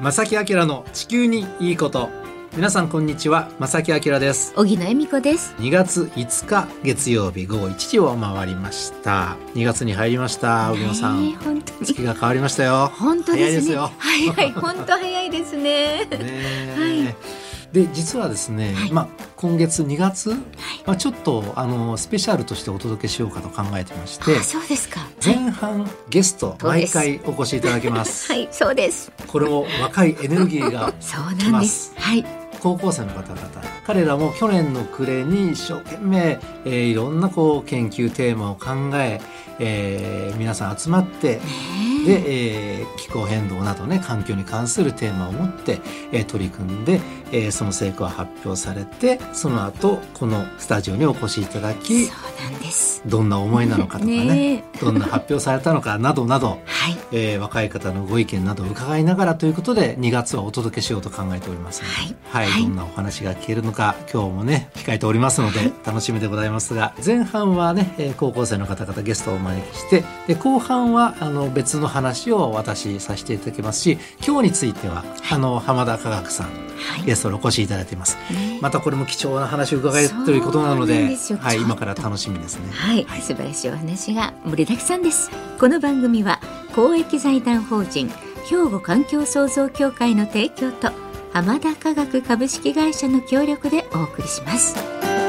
正木明の地球にいいこと。皆さんこんにちは、正木明です。 荻野恵美子です。 2月5日月曜日午後1時を回りました。2月に入りました。荻野さん、 本当に月が変わりましたよ。 本当ですね。 早いですよ。 はい、本当早いですね。 ね、 はい。 で実はですね、 はい、 今月2月、ちょっとスペシャルとしてお届けしようかと考えてまして。 そうですか。 前半ゲスト毎回お越しいただけますはい、そうです。 これも若いエネルギーがそうきます。 はい。 高校生の方々、彼らも去年の暮れに一生懸命、いろんな研究テーマを考え皆さん集まってで、気候変動などね、環境に関するテーマを持って、取り組んで、その成果を発表されて、その後このスタジオにお越しいただき、 そうなんです。 どんな思いなのかとかねどんな発表されたのかなどなど、 はい若い方のご意見などを伺いながらということで2月はお届けしようと考えておりますので、どんなお話が聞けるのか今日もね控えておりますので、楽しみでございますが、前半はね、高校生の方々ゲストをお招きして、で後半は別の話を私させていただきますし、今日については浜田科学さん、ゲストにお越しいただいています。またこれも貴重な話を伺えるということなので、今から楽しみですね。 素晴らしいお話が盛りだくさんです。この番組は公益財団法人兵庫環境創造協会の提供と浜田科学株式会社の協力でお送りします。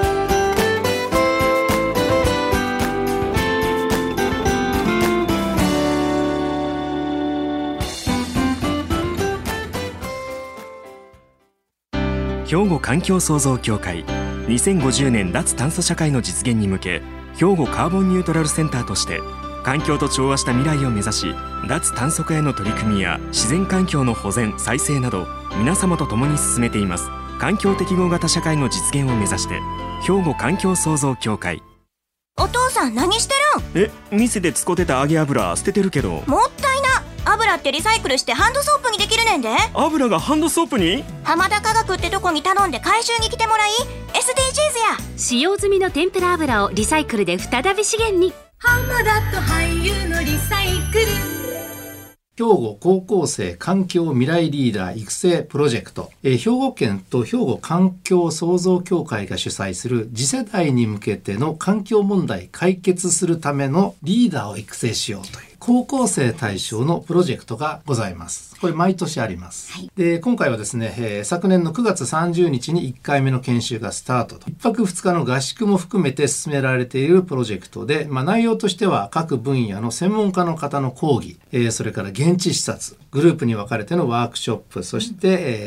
兵庫環境創造協会2050年脱炭素社会の実現に向け、兵庫カーボンニュートラルセンターとして環境と調和した未来を目指し、脱炭素化への取り組みや自然環境の保全再生など皆様と共に進めています。環境適合型社会の実現を目指して、兵庫環境創造協会。 お父さん何してるん？店で使ってた揚げ油捨ててるけど。 もったいな。油ってリサイクルしてハンドソープにできるねんで。 油がハンドソープに？ 浜田科学ってとこに頼んで回収に来てもらい、 SDGs や。 使用済みの天ぷら油をリサイクルで再び資源に。 浜田と俳優のリサイクル。 兵庫高校生環境未来リーダー育成プロジェクト、兵庫県と兵庫環境創造協会が主催する次世代に向けての環境問題解決するためのリーダーを育成しようという高校生対象のプロジェクトがございます。これ毎年あります。で今回はですね、昨年の9月30日に1回目の研修がスタートと、1泊2日の合宿も含めて進められているプロジェクトで、内容としては各分野の専門家の方の講義、それから現地視察、グループに分かれてのワークショップ、そして、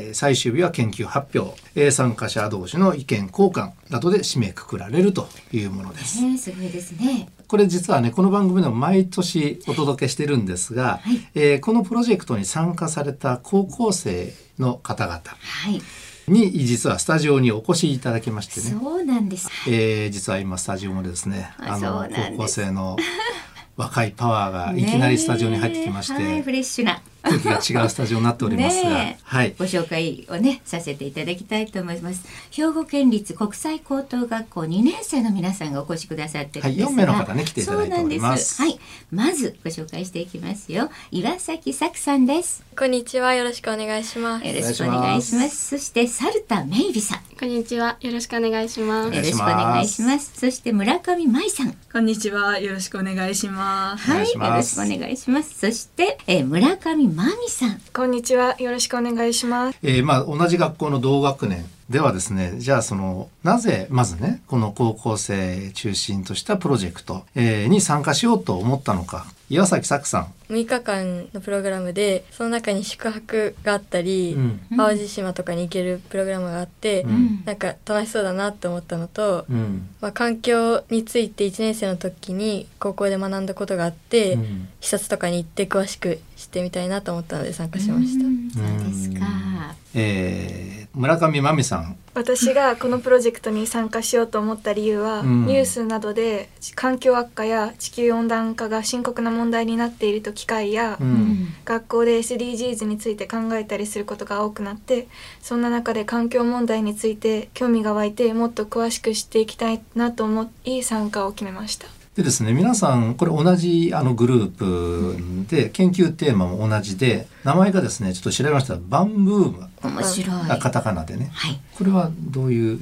最終日は研究発表、参加者同士の意見交換などで締めくくられるというものです。 すごいですね。 これ実はね、この番組でも毎年お届けしてるんですが、このプロジェクトに参加された高校生の方々に、実はスタジオにお越しいただきましてね。 そうなんです。 実は今スタジオもですね、高校生の若いパワーがいきなりスタジオに入ってきまして、 フレッシュな空気が違うスタジオになっておりますが、 ご紹介をねさせていただきたいと思います。兵庫県立国際高等学校2年生の皆さんがお越しくださってるんですが、 4名の方ね来ていただいております。 まずご紹介していきますよ。岩崎咲さんです。 こんにちは、よろしくお願いします。 よろしくお願いします。そして猿田芽衣さん。 こんにちは、よろしくお願いします。 よろしくお願いします。そして村上舞さん。 こんにちは、よろしくお願いします。 よろしくお願いします。そして、村上真美さん。 こんにちは、よろしくお願いします。 同じ学校の同学年ではですね、じゃあなぜまずねこの高校生中心としたプロジェクト、に参加しようと思ったのか。岩崎咲さん。 6日間のプログラムで、その中に宿泊があったり、淡路島とかに行けるプログラムがあって、なんか楽しそうだなって思ったのと、環境について1年生の時に高校で学んだことがあって、視察とかに行って詳しく知ってみたいなと思ったので参加しました。 そうですか。 村上真美さん。 私がこのプロジェクトに参加しようと思った理由は、ニュースなどで環境悪化や地球温暖化が深刻な問題になっていると機会や、学校で SDGs について考えたりすることが多くなって、そんな中で環境問題について興味が湧いて、もっと詳しく知っていきたいなと思い参加を決めました。 でですね、皆さんこれ同じグループで研究テーマも同じで、名前がですねちょっと調べましたらバンブーム、 面白い、 カタカナでね、 はい、 これはどういう、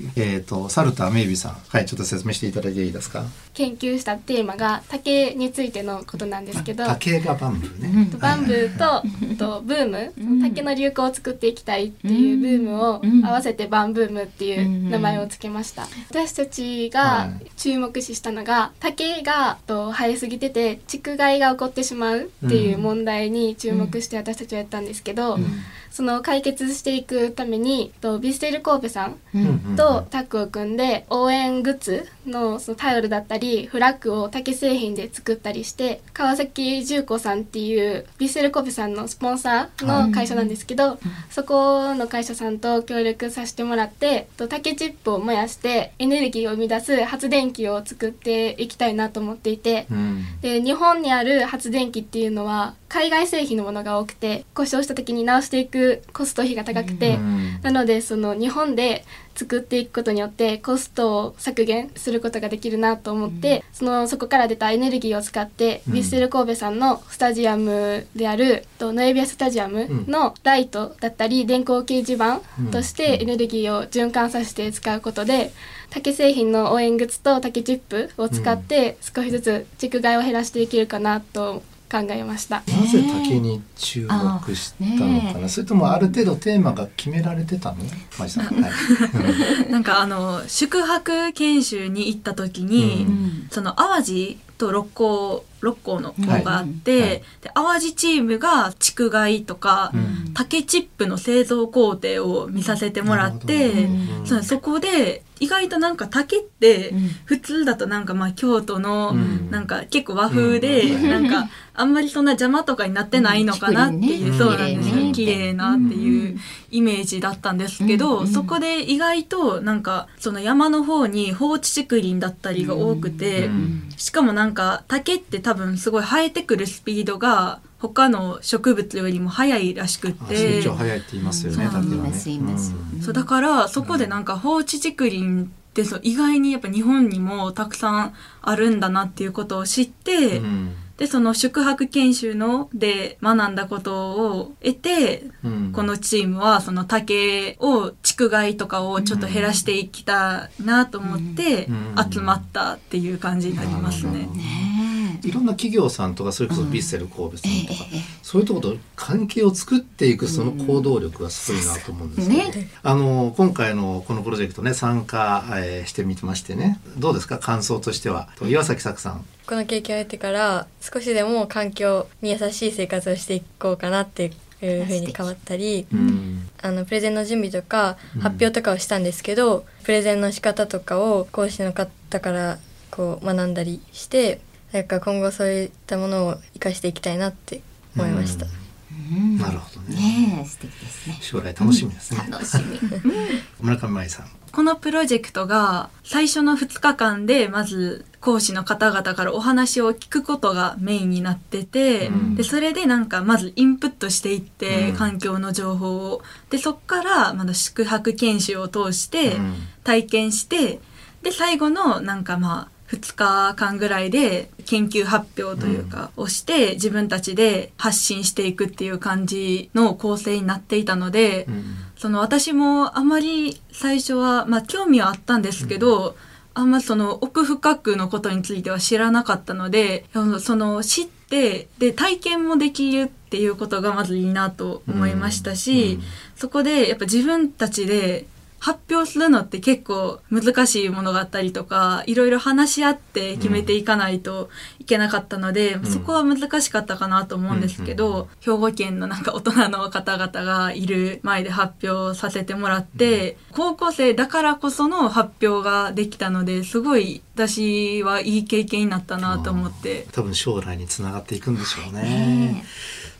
サルタメイビさん、はい、ちょっと説明していただいていいですか。 研究したテーマが竹についてのことなんですけど、 竹がバンブーね、 バンブーとブーム、竹の流行を作っていきたいっていうブームを合わせてバンブームっていう名前をつけました。私たちが注目したのが、竹が生えすぎてて竹害が起こってしまうっていう問題に注目して私たちはやったんですけど、その解決していくためにヴィッセル神戸さんとタッグを組んで、応援グッズのそのタオルだったりフラッグを竹製品で作ったりして、川崎重工さんっていうヴィッセル神戸さんのスポンサーの会社なんですけど、そこの会社さんと協力させてもらって、竹チップを燃やしてエネルギーを生み出す発電機を作っていきたいなと思っていて、で日本にある発電機っていうのは海外製品のものが多くて、故障した時に直していくコスト費が高くて、なのでその日本で作っていくことによってコストを削減することができるなと思って、そこから出たエネルギーを使ってヴィッセル神戸さんのスタジアムであるノエビアスタジアムのライトだったり電光掲示板としてエネルギーを循環させて使うことで、竹製品の応援グッズと竹チップを使って少しずつ竹害を減らしていけるかなと考えました。 なぜ竹に注目したのかな、それともある程度テーマが決められてたの？マジさん、はい、 なんか宿泊研修に行った時に、その淡路と六甲の方があって、で淡路チームが竹害とか、竹チップの製造工程を見させてもらって、そこで意外となんか竹って普通だとなんか京都のなんか結構和風でなんかあんまりそんな邪魔とかになってないのかなっていう、そうなんですよ、綺麗なっていうイメージだったんですけど、そこで意外となんかその山の方に放置竹林だったりが多くて、しかもなんか竹って多分すごい生えてくるスピードが他の植物よりも早いらしくって、 成長早いって言いますよね、竹はね。 そうだからそこでなんか放置竹林って意外にやっぱ日本にもたくさんあるんだなっていうことを知って、でその宿泊研修で学んだことを得て、このチームはその竹を竹害とかをちょっと減らしていきたいなと思って集まったっていう感じになりますね。 いろんな企業さんとか、それこそヴィッセル神戸さんとか、そういうところと関係を作っていくその行動力がすごいなと思うんですよね。今回のこのプロジェクトね、参加、してみてましてね、どうですか、感想としては。岩崎作さん、 この経験を得てから少しでも環境に優しい生活をしていこうかなっていう風に変わったり、プレゼンの準備とか発表とかをしたんですけど、プレゼンの仕方とかを講師の方からこう学んだりして、なんか今後そういったものを生かしていきたいなって思いました。 なるほどね。 素敵ですね。 将来楽しみですね。 楽しみ。 村上舞さん、 このプロジェクトが最初の2日間でまず講師の方々からお話を聞くことがメインになってて、でそれでなんかまずインプットしていって、環境の情報を、でそっからまだ宿泊研修を通して体験して、で最後のなんか2日間ぐらいで研究発表というかをして自分たちで発信していくっていう感じの構成になっていたので、その私もあまり最初は興味はあったんですけど、あんまその奥深くのことについては知らなかったので、その知ってで体験もできるっていうことがまずいいなと思いましたし、そこでやっぱ自分たちで発表するのって結構難しいものがあったりとか、いろいろ話し合って決めていかないといけなかったので、そこは難しかったかなと思うんですけど、兵庫県のなんか大人の方々がいる前で発表させてもらって、高校生だからこその発表ができたので、すごい私はいい経験になったなと思って、 多分将来につながっていくんでしょうね。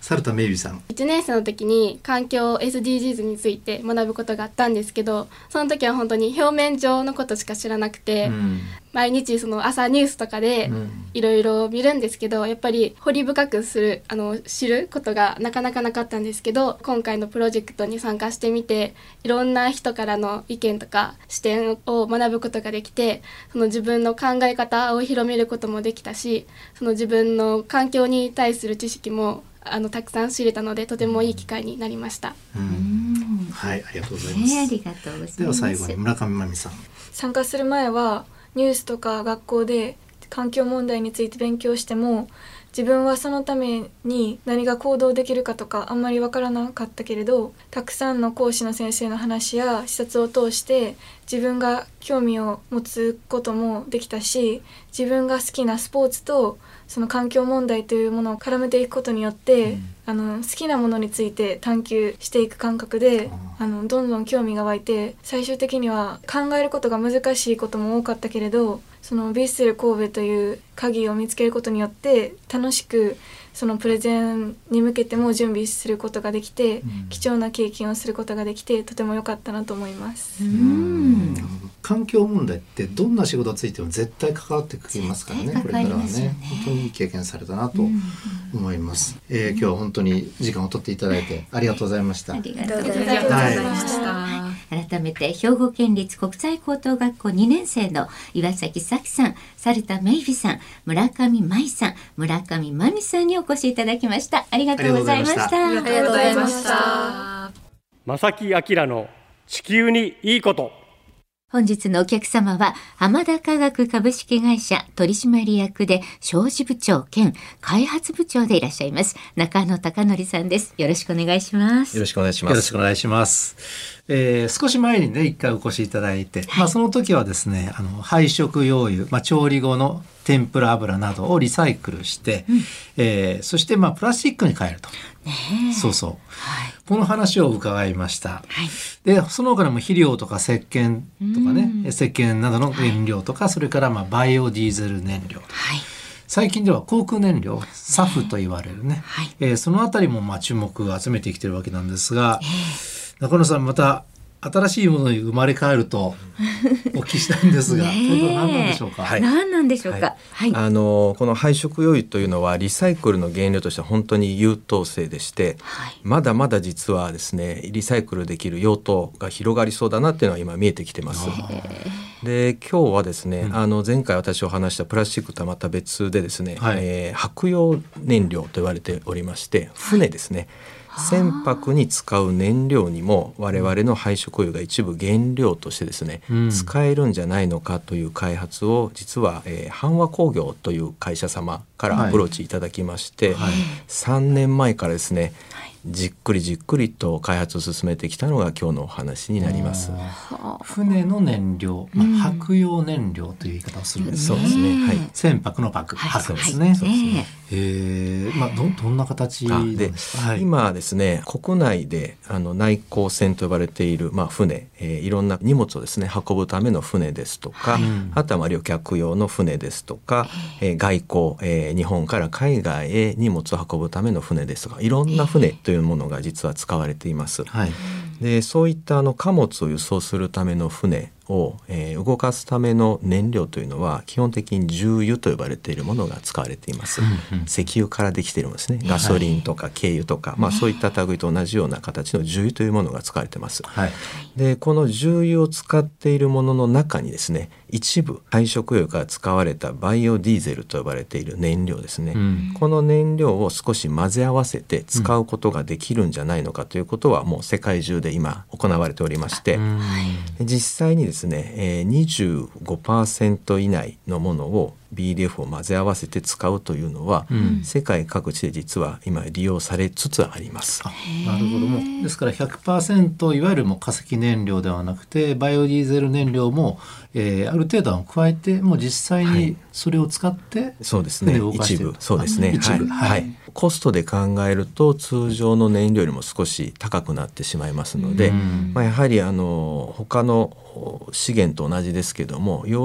猿田芽衣さん。 1年生の時に環境 SDGs について学ぶことがあったんですけど、その時は本当に表面上のことしか知らなくて、毎日その朝ニュースとかでいろいろ見るんですけど、やっぱり掘り深く知ることがなかなかなかったんですけど、今回のプロジェクトに参加してみて、いろんな人からの意見とか視点を学ぶことができて、その自分の考え方を広めることもできたし、その自分の環境に対する知識もたくさん知れたので、とてもいい機会になりました。 はい、ありがとうございます。 ありがとうございます。 では最後に村上真美さん。 参加する前はニュースとか学校で環境問題について勉強しても、自分はそのために何が行動できるかとかあんまりわからなかったけれど、たくさんの講師の先生の話や視察を通して自分が興味を持つこともできたし、自分が好きなスポーツとその環境問題というものを絡めていくことによって、好きなものについて探求していく感覚でどんどん興味が湧いて、最終的には考えることが難しいことも多かったけれど、そのヴィッセル神戸という鍵を見つけることによって楽しくそのプレゼンに向けても準備することができて、貴重な経験をすることができて、とても良かったなと思います。 環境問題ってどんな仕事についても絶対関わってきますからね。これからはね、本当にいい経験されたなと思います。今日は本当に時間を取っていただいてありがとうございました。 ありがとうございました。改めて兵庫県立国際高等学校2年生の岩崎咲さん、猿田芽衣さん、村上真衣さん、村上真美さんにお越しいただきました。ありがとうございました。 ありがとうございました。 正木明の地球にいいこと。 本日のお客様は浜田化学株式会社取締役で商事部長兼開発部長でいらっしゃいます中野貴則さんです。よろしくお願いします。 よろしくお願いします。 よろしくお願いします。少し前にね一回お越しいただいて、その時はですね配色用油、調理後の天ぷら油などをリサイクルして、そしてプラスチックに変えると、そうそう、この話を伺いました。でその他にも肥料とか石鹸とかね、石鹸などの原料とか、それからバイオディーゼル燃料、最近では航空燃料サフと言われるね、そのあたりも注目を集めてきているわけなんですが、中野さん、また新しいものに生まれ変わるとお聞きしたいんですが、これは何なんでしょうか。 何なんでしょうか。 この配色用油というのはリサイクルの原料としては本当に優等生でして、まだまだ実はですねリサイクルできる用途が広がりそうだなっていうのは今見えてきてます。で今日はですね、前回私お話したプラスチックとはまた別でですね、白洋燃料と言われておりまして、船ですね、船舶に使う燃料にも我々の配色油が一部原料としてですね、使えるんじゃないのかという開発を実は、阪和工業という会社様からアプローチいただきまして、3年前からですね、じっくりと開発を進めてきたのが今日のお話になります。 船の燃料、白洋燃料という言い方をするんですね。 そうですね、 船舶の白ですね。どんな形で今ですね、国内で内航船と呼ばれている、船、いろんな荷物をですね運ぶための船ですとか、あとは旅客用の船ですとか、外交、日本から海外へ荷物を運ぶための船ですとか、いろんな船というものが実は使われています。でそういった貨物を輸送するための船を、動かすための燃料というのは基本的に重油と呼ばれているものが使われています。石油からできているものですね。ガソリンとか軽油とか、そういった類と同じような形の重油というものが使われています。でこの重油を使っているものの中にですね、一部配色油が使われたバイオディーゼルと呼ばれている燃料ですね、この燃料を少し混ぜ合わせて使うことができるんじゃないのかということはもう世界中で今行われておりまして、実際にですね、25% 以内のものを BDF を混ぜ合わせて使うというのは、世界各地で実は今利用されつつあります。 なるほど。もですから 100% いわゆる化石燃料ではなくてバイオディーゼル燃料も、ある程度加えてもう実際にそれを使って、 そうですね、一部そうですね、コストで考えると通常の燃料よりも少し高くなってしまいますので、やはり他の資源と同じですけどもヨーロッ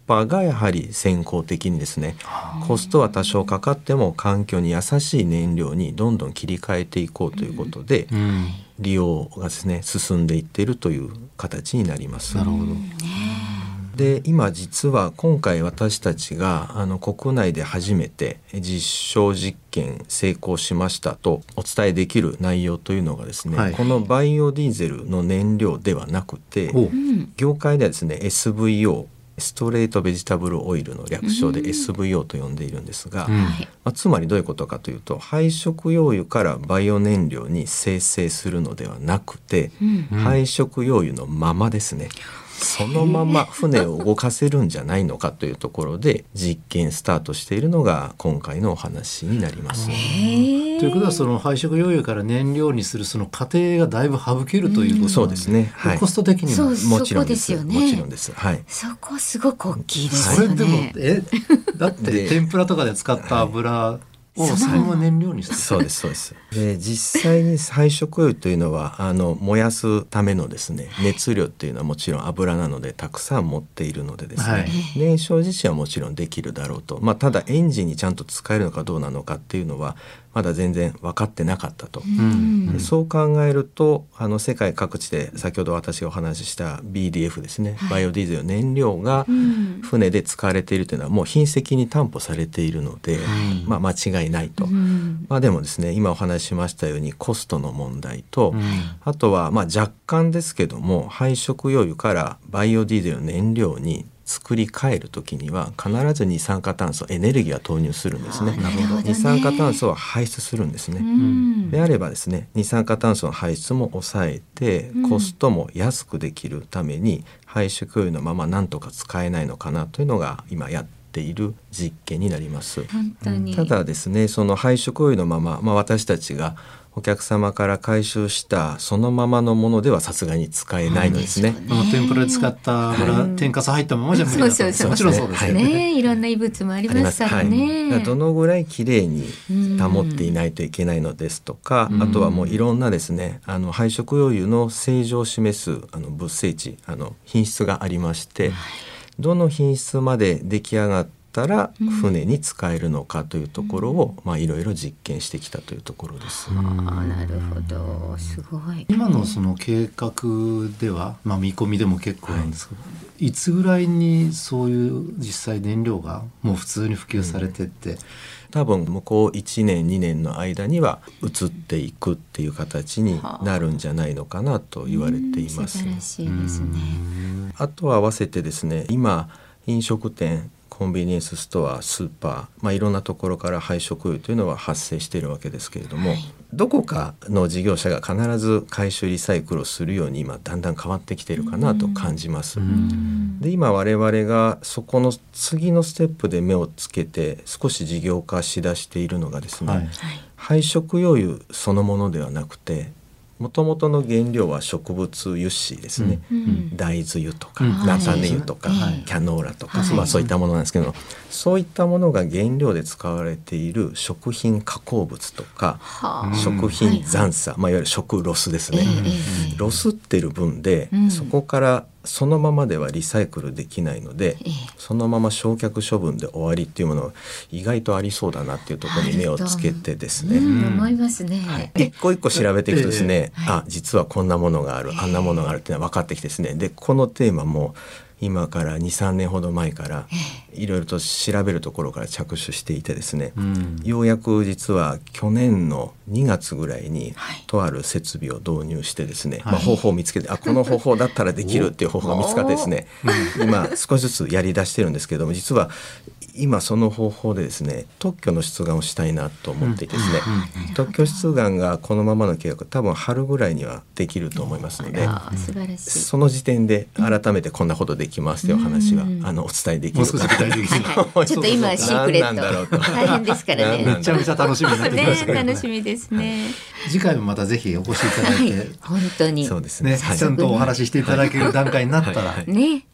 パーがやはり先行的にですね、コストは多少かかっても環境に優しい燃料にどんどん切り替えていこうということで、利用がですね進んでいっているという形になります。 なるほど。 で今実は今回私たちが国内で初めて実証実験成功しましたとお伝えできる内容というのがですね、このバイオディーゼルの燃料ではなくて、業界ではですね SVO ストレートベジタブルオイルの略称で SVO と呼んでいるんですが、つまりどういうことかというと、廃食用油からバイオ燃料に生成するのではなくて、廃食用油のままですね、そのまま船を動かせるんじゃないのかというところで実験スタートしているのが今回のお話になります。ということはその廃食用油から燃料にするその過程がだいぶ省けるということなんですね。 そうですね、はい、 コスト的にももちろんです。もちろんです、はい、 そこすごく大きいですよね。 それでもだって天ぷらとかで使った油をそのまま燃料にしてそうですそうです。で実際に廃食油というのは燃やすためのですね熱量っていうのはもちろん油なのでたくさん持っているのでですね、燃焼自身はもちろんできるだろうと、ただエンジンにちゃんと使えるのかどうなのかっていうのはまだ全然分かってなかったと、そう考えると世界各地で先ほど私がお話しした BDF ですね、バイオディーゼルの燃料が船で使われているというのはもう品質に担保されているので、間違いないと、でもですね今お話ししましたようにコストの問題と、あとは若干ですけども廃食用油からバイオディーゼルの燃料に作り変えるときには必ず二酸化炭素エネルギーは投入するんですね。二酸化炭素は排出するんですね。であればですね二酸化炭素の排出も抑えてコストも安くできるために廃食油のままなんとか使えないのかなというのが今やっている実験になります。ただですねその廃食油のまま、私たちがお客様から回収したそのままのものではさすがに使えないのですね。 天ぷらで使った油、添加素入ったままじゃ無理だと。もちろんそうですよね。 いろんな異物もありますからね。 どのぐらいきれいに保っていないといけないのですとか、あとはもういろんなですね廃食用油の正常を示す物性値品質がありまして、どの品質まで出来上がったら船に使えるのかというところをいろいろ実験してきたというところです。 なるほど、すごい。 今のその計画では、見込みでも結構なんですけど、いつぐらいにそういう実際燃料がもう普通に普及されてって、 多分向こう1年2年の間には移っていくっていう形になるんじゃないのかなと言われています。 素晴らしいですね。 あとは合わせてですね今飲食店コンビニエンスストアスーパー、いろんなところから廃食油というのは発生しているわけですけれども、どこかの事業者が必ず回収リサイクルをするように今だんだん変わってきているかなと感じます。で今我々がそこの次のステップで目をつけて少し事業化しだしているのがですね、廃食用油そのものではなくてもともとの原料は植物油脂ですね、大豆油とか菜種油とか、キャノーラとか、そういったものなんですけど、そういったものが原料で使われている食品加工物とか、食品残渣、いわゆる食ロスですね、ロスってる分で、そこからそのままではリサイクルできないので、そのまま焼却処分で終わりっていうものが意外とありそうだなっていうところに目をつけてですね、 思いますね。 一個一個調べていくとですね、実はこんなものがある、あんなものがあるっていうのは分かってきてですね、でこのテーマも今から 2,3 年ほど前からいろいろと調べるところから着手していてですね、ようやく実は去年の2月ぐらいにとある設備を導入してですね、方法を見つけてこの方法だったらできるっていう方法が見つかってですね今少しずつやり出してるんですけども、実は今その方法でですね特許の出願をしたいなと思っていてですね、特許出願がこのままの計画多分春ぐらいにはできると思いますので、 素晴らしい。 その時点で改めてこんなことできますという話はお伝えできるかなと。 ちょっと今シークレット大変ですからね。 めちゃめちゃ楽しみになってきましたね。 楽しみですね。 次回もまたぜひお越しいただいて、 本当にそうですね、 ちゃんとお話ししていただける段階になったらね。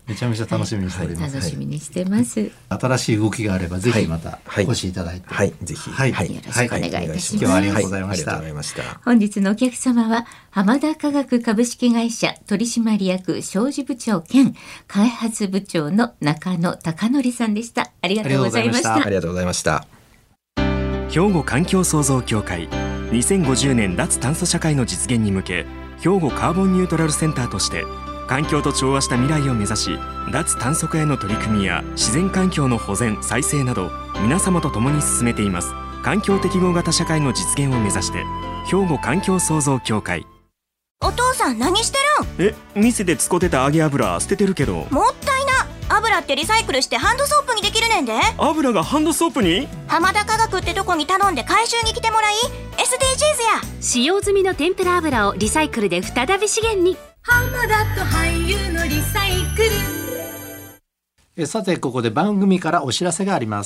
めちゃめちゃ楽しみにしております。 楽しみにしてます。 新しい動きがあればぜひまたお越しいただいて、 ぜひ、 よろしくお願いいたします。 今日はありがとうございました。 本日のお客様は浜田化学株式会社取締役商事部長兼開発部長の中野貴則さんでした。ありがとうございました。 ありがとうございました。 兵庫環境創造協会2050年脱炭素社会の実現に向け、兵庫カーボンニュートラルセンターとして環境と調和した未来を目指し、脱炭素化への取り組みや自然環境の保全再生など皆様と共に進めています。環境適合型社会の実現を目指して、兵庫環境創造協会。 お父さん何してるん？ 店で使ってた揚げ油捨ててるけど。 もったいな。油ってリサイクルしてハンドソープにできるねんで。 油がハンドソープに？ 浜田化学ってとこに頼んで回収に来てもらい、 SDGs や。 使用済みの天ぷら油をリサイクルで再び資源に。 浜田と俳優のリサイクル。 さてここで番組からお知らせがあります。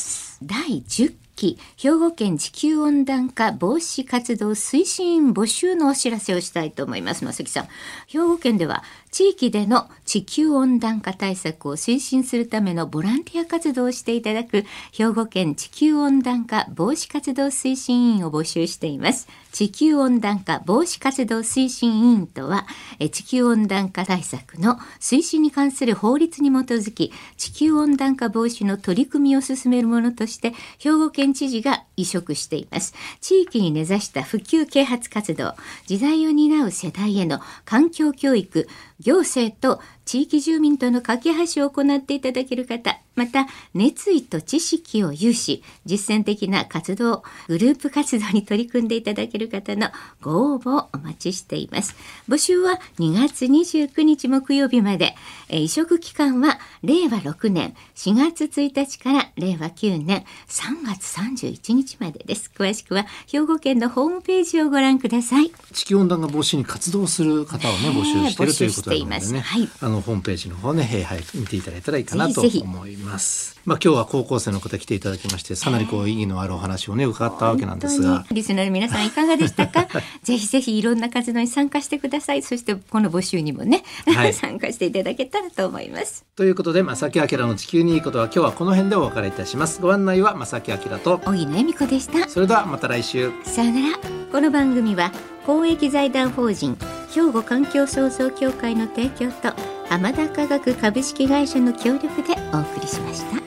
第10期兵庫県地球温暖化防止活動推進員募集のお知らせをしたいと思います。正木さん、兵庫県では地域での地球温暖化対策を推進するためのボランティア活動をしていただく兵庫県地球温暖化防止活動推進委員を募集しています。地球温暖化防止活動推進委員とは、地球温暖化対策の推進に関する法律に基づき地球温暖化防止の取り組みを進めるものとして兵庫県知事が委嘱しています。地域に根ざした普及啓発活動、時代を担う世代への環境教育、行政と地域住民との架け橋を行っていただける方、また熱意と知識を有し実践的な活動、グループ活動に取り組んでいただける方のご応募をお待ちしています。募集は2月29日木曜日まで、委嘱期間は令和6年4月1日から令和9年3月31日までです。詳しくは兵庫県のホームページをご覧ください。 地球温暖化防止に活動する方をね募集しているということなのでね、 はい、 ホームページの方ね、見ていただいたらいいかなと思います。今日は高校生の方来ていただきまして、かなり意義のあるお話をね伺ったわけなんですが、 リスナーの皆さんいかがでしたか？ぜひぜひいろんな活動に参加してください。そしてこの募集にもね、参加していただけたらと思います。 ということで、正木明の地球にいいことは今日はこの辺でお別れいたします。ご案内は正木明と小木恵美子でした。 それではまた来週。 さよなら。この番組は公益財団法人兵庫環境創造協会の提供と浜田化学株式会社の協力でお送りしました。